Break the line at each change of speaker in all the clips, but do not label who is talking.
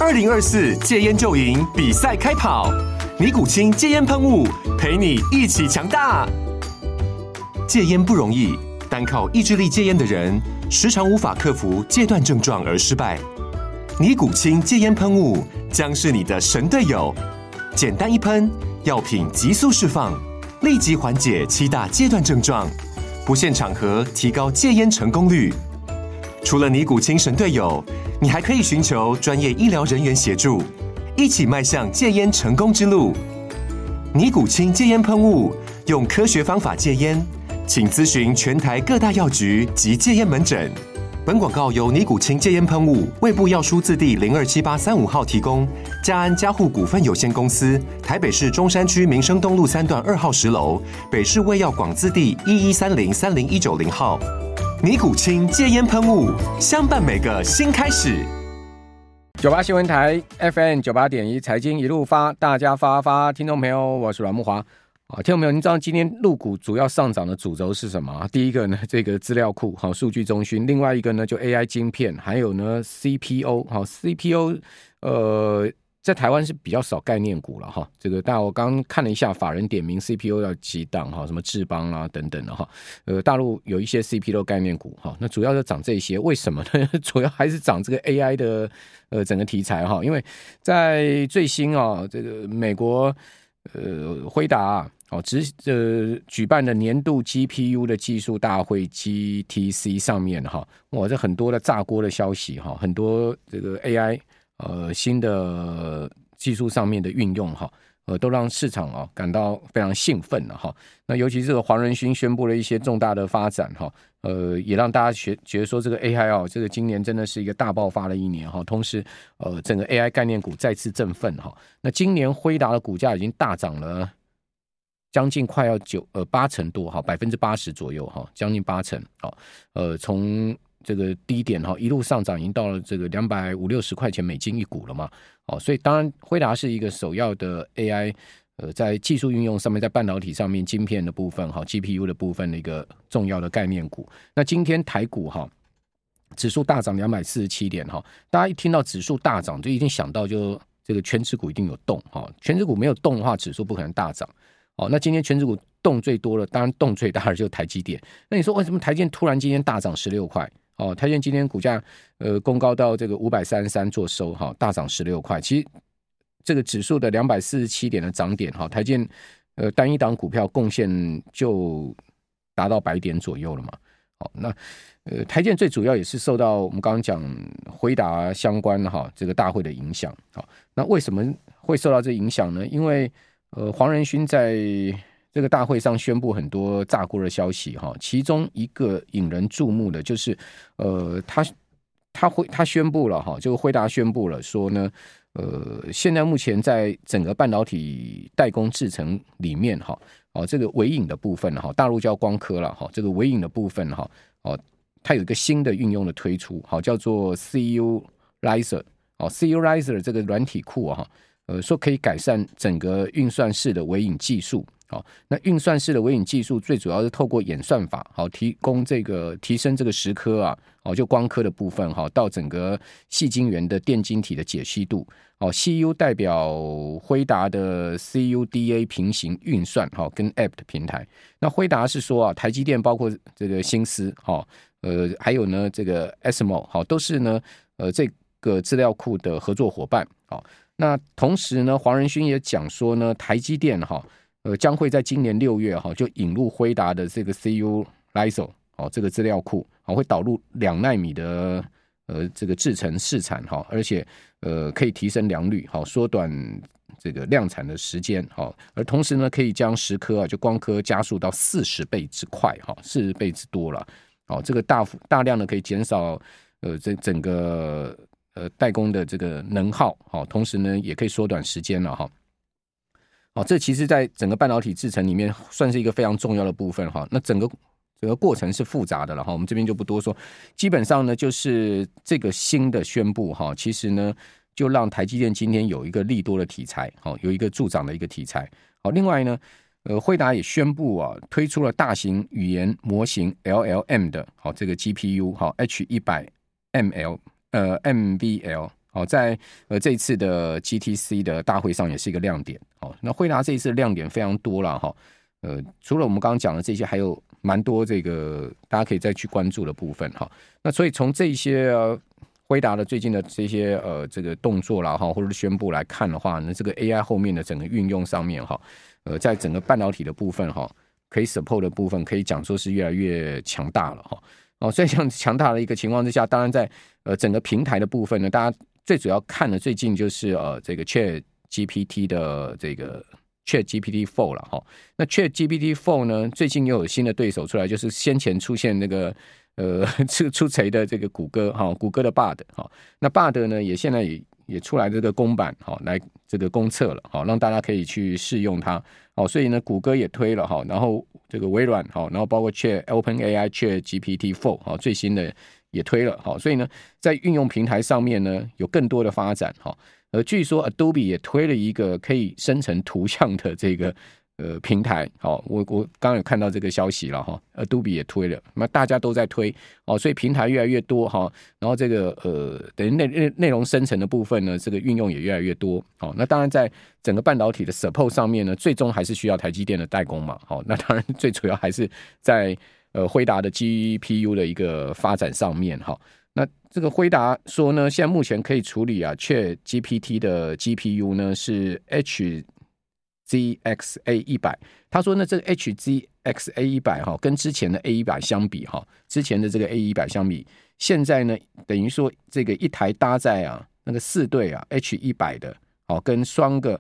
2024戒烟就赢比赛开跑，尼古清戒烟喷雾陪你一起强大。戒烟不容易，单靠意志力戒烟的人，时常无法克服戒断症状而失败。尼古清戒烟喷雾将是你的神队友，简单一喷，药品急速释放，立即缓解7大戒断症状，不限场合提高戒烟成功率。除了尼古清神队友，你还可以寻求专业医疗人员协助，一起迈向戒烟成功之路。尼古清戒烟喷雾，用科学方法戒烟，请咨询全台各大药局及戒烟门诊。本广告由尼古清戒烟喷雾、卫部药书字第027835号提供，嘉安嘉护股份有限公司，台北市中山区民生东路3段2号10楼，北市卫药广字第1130-30190号。尼古清戒烟喷雾，相伴每个新开始。
98新闻台 FM 98.1财经一路发，大家发，听众朋友，我是阮慕骅。听众朋友，您知道今天陆股主要上涨的主轴是什么？第一个呢，这个资料库数据中心，另外一个呢就 AI 晶片，还有呢 CPO。CPO 在台湾是比较少概念股了哈，这个大家我刚刚看了一下，法人点名 CPO 要几档哈，什么智邦啦等等的哈，大陆有一些 CPO 概念股哈，那主要就涨这些，为什么呢？主要还是涨这个 AI 的整个题材哈，因为在最新这个美国辉达举办的年度 GPU 的技术大会 GTC 上面哈，哇，这很多的炸锅的消息哈，很多这个 AI。新的技术上面的运用哈，都让市场感到非常兴奋了哈。那尤其这个黄仁勋宣布了一些重大的发展哈，也让大家觉得说这个 AI 这个今年真的是一个大爆发的一年哈。同时整个 AI 概念股再次振奋哈。那今年辉达的股价已经大涨了将近快要80%多哈，80%左右哈，将近80%哈。从这个低点一路上涨，已经到了这个250-260块钱美金一股了嘛。所以当然辉达是一个首要的 AI 在技术运用上面，在半导体上面晶片的部分GPU 的部分的一个重要的概念股。那今天台股指数大涨247点大家一听到指数大涨就一定想到就这个全指股一定有动全指股没有动的话，指数不可能大涨。那今天全指股动最多了，当然动最大的就是台积电。那你说为什么台积电突然今天大涨16块？台积电今天股价攻高到这个533做收大涨16块。其实这个指数的247点的涨点台积电单一档股票贡献就达到100点左右了嘛。那台积电最主要也是受到我们刚刚讲辉达相关这个大会的影响。那为什么会受到这影响呢？因为黄仁勋在这个大会上宣布很多炸锅的消息其中一个引人注目的就是他宣布了就辉达宣布了说呢现在目前在整个半导体代工制程里面这个微影的部分大陆叫光科了这个微影的部分它有一个新的运用的推出叫做 CU Lizer。CU Lizer 这个软体库说可以改善整个运算式的微影技术。那运算式的微影技术最主要是透过演算法提供这个提升这个蚀刻就光刻的部分到整个矽晶圆的电晶体的解析度。CU 代表辉达的 CUDA 平行运算跟 App 的平台。那辉达是说台积电包括这个新思还有呢这个 ASML 都是呢这个资料库的合作伙伴。那同时呢黄仁勋也讲说呢台积电将会在今年6月就引入辉达的这个 CU Lizer 这个资料库会导入2奈米的这个制程试产而且可以提升良率缩短这个量产的时间而同时呢可以将蚀刻就光刻加速到40倍之快40倍之多了这个大量的可以减少这整个代工的这个能耗同时呢也可以缩短时间了这其实在整个半导体制程里面算是一个非常重要的部分那整个过程是复杂的了我们这边就不多说。基本上呢就是这个新的宣布其实呢就让台积电今天有一个利多的题材有一个助涨的一个题材。另外呢辉达也宣布推出了大型语言模型 LLM 的这个 GPU H100 MVL 在这一次的 GTC 的大会上也是一个亮点。那辉达这一次的亮点非常多了哈。除了我们刚刚讲的这些，还有蛮多这个大家可以再去关注的部分哈。那所以从这些辉达的最近的这些这个动作啦哈，或者是宣布来看的话呢，这个 AI 后面的整个运用上面哈，在整个半导体的部分哈，可以 support 的部分可以讲说是越来越强大了哈。所以像强大的一个情况之下，当然在整个平台的部分呢，大家最主要看的最近就是这个 ChatGPT 的这个 ChatGPT-4 了哈。那 ChatGPT-4 呢，最近又有新的对手出来，就是先前出现那个出锤的这个谷歌谷歌的 Bard 那 Bard 呢也现在也出来这个公版来这个公测了让大家可以去试用它所以呢谷歌也推了然后这个微软然后包括 OpenAI ChatGPT-4 最新的也推了所以呢在运用平台上面呢有更多的发展据说 Adobe 也推了一个可以生成图像的这个平台我刚刚有看到这个消息了Adobe 也推了，那大家都在推所以平台越来越多然后这个等于内容生成的部分呢，这个运用也越来越多那当然在整个半导体的 support 上面呢，最终还是需要台积电的代工嘛那当然最主要还是在辉达的 GPU 的一个发展上面那这个辉达说呢，现在目前可以处理ChatGPT 的 GPU 呢是 HZXA100， 他说呢，这个 HZXA100 跟之前的 A100 相比之前的这个 A100 相比，现在呢等于说这个一台搭载那个4对H100 的跟双个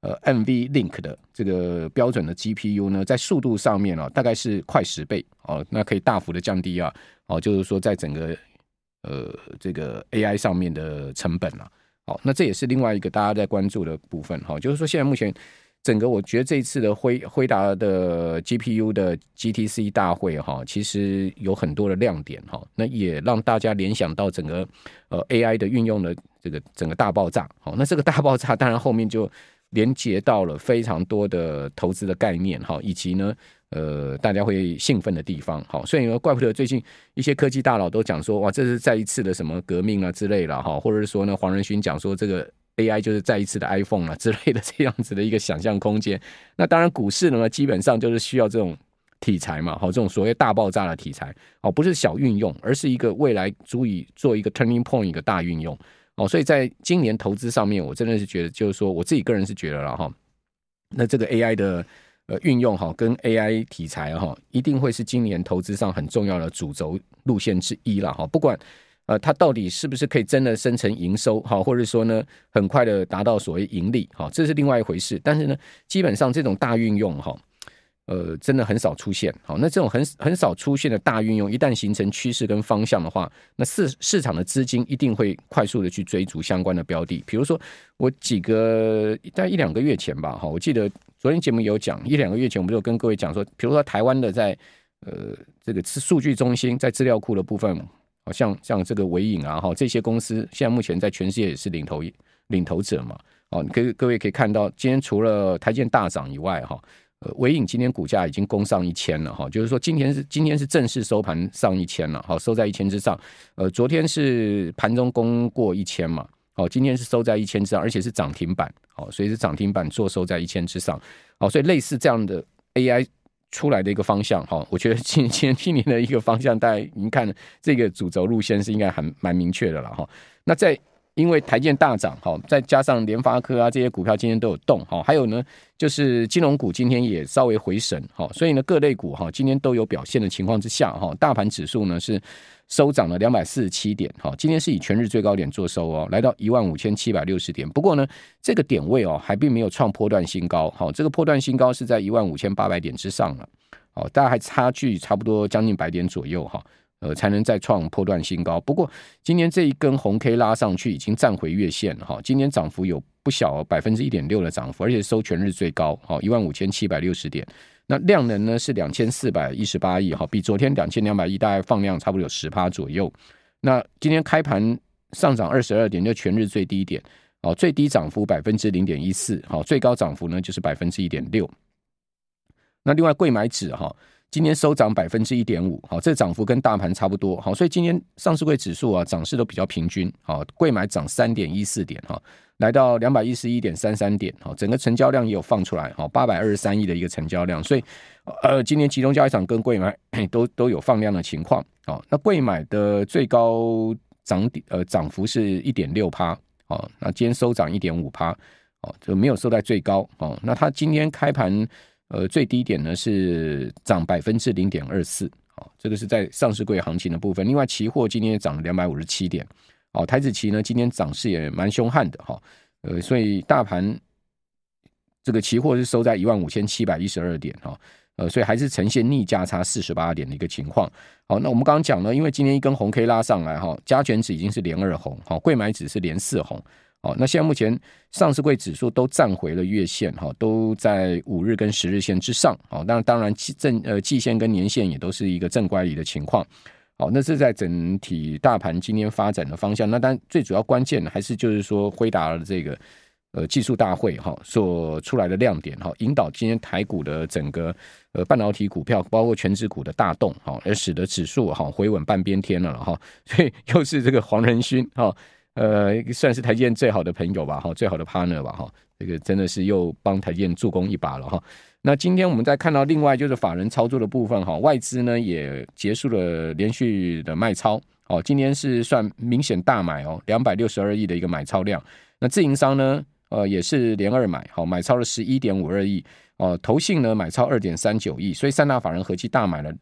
NV Link 的这个标准的 GPU 呢，在速度上面大概是快10倍那可以大幅的降低就是说在整个这个 AI 上面的成本那这也是另外一个大家在关注的部分就是说现在目前整个我觉得这一次的辉达的 GPU 的 GTC 大会其实有很多的亮点那也让大家联想到整个AI 的运用的这个整个大爆炸那这个大爆炸当然后面就连接到了非常多的投资的概念以及呢大家会兴奋的地方所以呢怪不得最近一些科技大佬都讲说哇这是再一次的什么革命之类的或者是说呢黄仁勋讲说这个AI 就是再一次的 iPhone 之类的这样子的一个想象空间那当然股市呢基本上就是需要这种题材嘛这种所谓大爆炸的题材不是小运用而是一个未来足以做一个 turning point 一个大运用所以在今年投资上面我真的是觉得就是说我自己个人是觉得啦那这个 AI 的运用跟 AI 题材一定会是今年投资上很重要的主轴路线之一啦不管它到底是不是可以真的生成营收或者说呢很快的达到所谓盈利这是另外一回事但是呢基本上这种大运用真的很少出现那这种很少出现的大运用一旦形成趋势跟方向的话那市场的资金一定会快速的去追逐相关的标的比如说我大概1-2个月前吧我记得昨天节目有讲1-2个月前我们就跟各位讲说比如说台湾的在这个数据中心在资料库的部分像这个微影这些公司现在目前在全世界也是领头者嘛各位可以看到今天除了台积电大涨以外微影今天股价已经攻上1000了就是说今天是正式收盘上1000了收在1000之上昨天是盘中攻过1000嘛今天是收在1000之上而且是涨停板所以是涨停板做收在1000之上所以类似这样的 AI 出来的一个方向我觉得今年的一个方向大家已经看了这个主轴路线是应该还蛮明确的了那因为台积电大涨再加上联发科这些股票今天都有动还有呢就是金融股今天也稍微回神所以呢各类股今天都有表现的情况之下大盘指数呢是收涨了247点今天是以全日最高点做收来到15760点不过呢这个点位还并没有创波段新高这个波段新高是在15800点之上了大概还差距差不多将近100点左右才能再创波段新高不过今天这一根红 K 拉上去已经站回月线今天涨幅有不小1.6% 的涨幅而且收全日最高15760点那量能呢是2418亿比昨天2200亿大概放量差不多有 10% 左右那今天开盘上涨22点就全日最低点最低涨幅 0.14% 最高涨幅呢就是 1.6%那另外贵买指今天收涨 1.5%， 好，这涨幅跟大盘差不多，好，所以今天上市柜指数啊涨势都比较平均，好，柜买涨 3.14 点，哈，来到 211.33 点，好，整个成交量也有放出来，好，823亿的一个成交量，所以今天集中交易场跟柜买都有放量的情况，好，那柜买的最高涨幅是 1.6%， 好，那今天收涨 1.5%， 哦，就没有收在最高，哦，那它今天开盘最低点呢是涨 0.24%， 哦，这个是在上市柜行情的部分。另外期货今天也涨了257点，哦，台指期呢今天涨势也蛮凶悍的，所以大盘这个期货是收在 15,712 点，所以还是呈现逆价差48点的一个情况。好，那我们刚刚讲了，因为今天一根红 K 拉上来，加权指已经是连2红，柜买指是连4红。那现在目前上市柜指数都站回了月线，都在5日跟10日线之上，当然季线跟年线也都是一个正乖离的情况。好，那是在整体大盘今天发展的方向。那当然最主要关键还是就是说辉达的这个技术大会所出来的亮点，引导今天台股的整个半导体股票包括全指股的大动，而使得指数回稳半边天了，所以又是这个黄仁勋算是台积电最好的朋友吧，最好的 partner 吧，这个真的是又帮台积电助攻一把了。那今天我们再看到另外就是法人操作的部分，外资呢也结束了连续的卖超，今天是算明显大买262亿的一个买超量。那自营商呢也是连2买，买超了 11.52 亿，投信呢买超 2.39 亿，所以三大法人合计大买了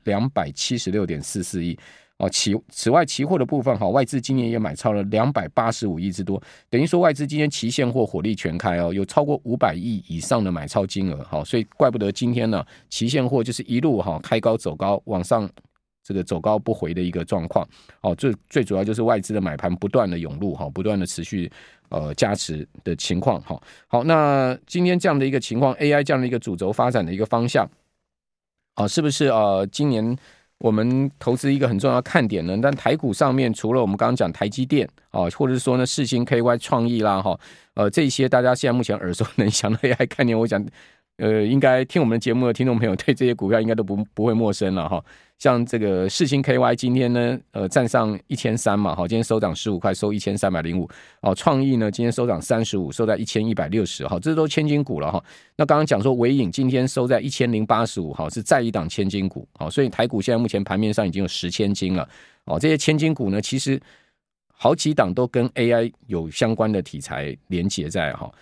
276.44 亿。此外期货的部分，外资今年也买超了285亿之多，等于说外资今天期现货火力全开，有超过500亿以上的买超金额，所以怪不得今天呢期现货就是一路开高走高，往上这个走高不回的一个状况，最主要就是外资的买盘不断的涌入，不断的持续加持的情况。好，那今天这样的一个情况 AI 这样的一个主轴发展的一个方向，是不是今年我们投资一个很重要的看点呢？但台股上面除了我们刚刚讲台积电或者是说呢世芯 KY 创意啦这些大家现在目前耳熟能详的 AI 概念，我讲应该听我们的节目的听众朋友对这些股票应该都不会陌生了像这个世芯 KY 今天呢站上1300嘛，今天收涨15块，收1305。创意呢今天收涨35，收在1160，这都千金股了那刚刚讲说微影今天收在1085，是再一档千金股，所以台股现在目前盘面上已经有10千金了。这些千金股呢其实好几档都跟 AI 有相关的题材连结在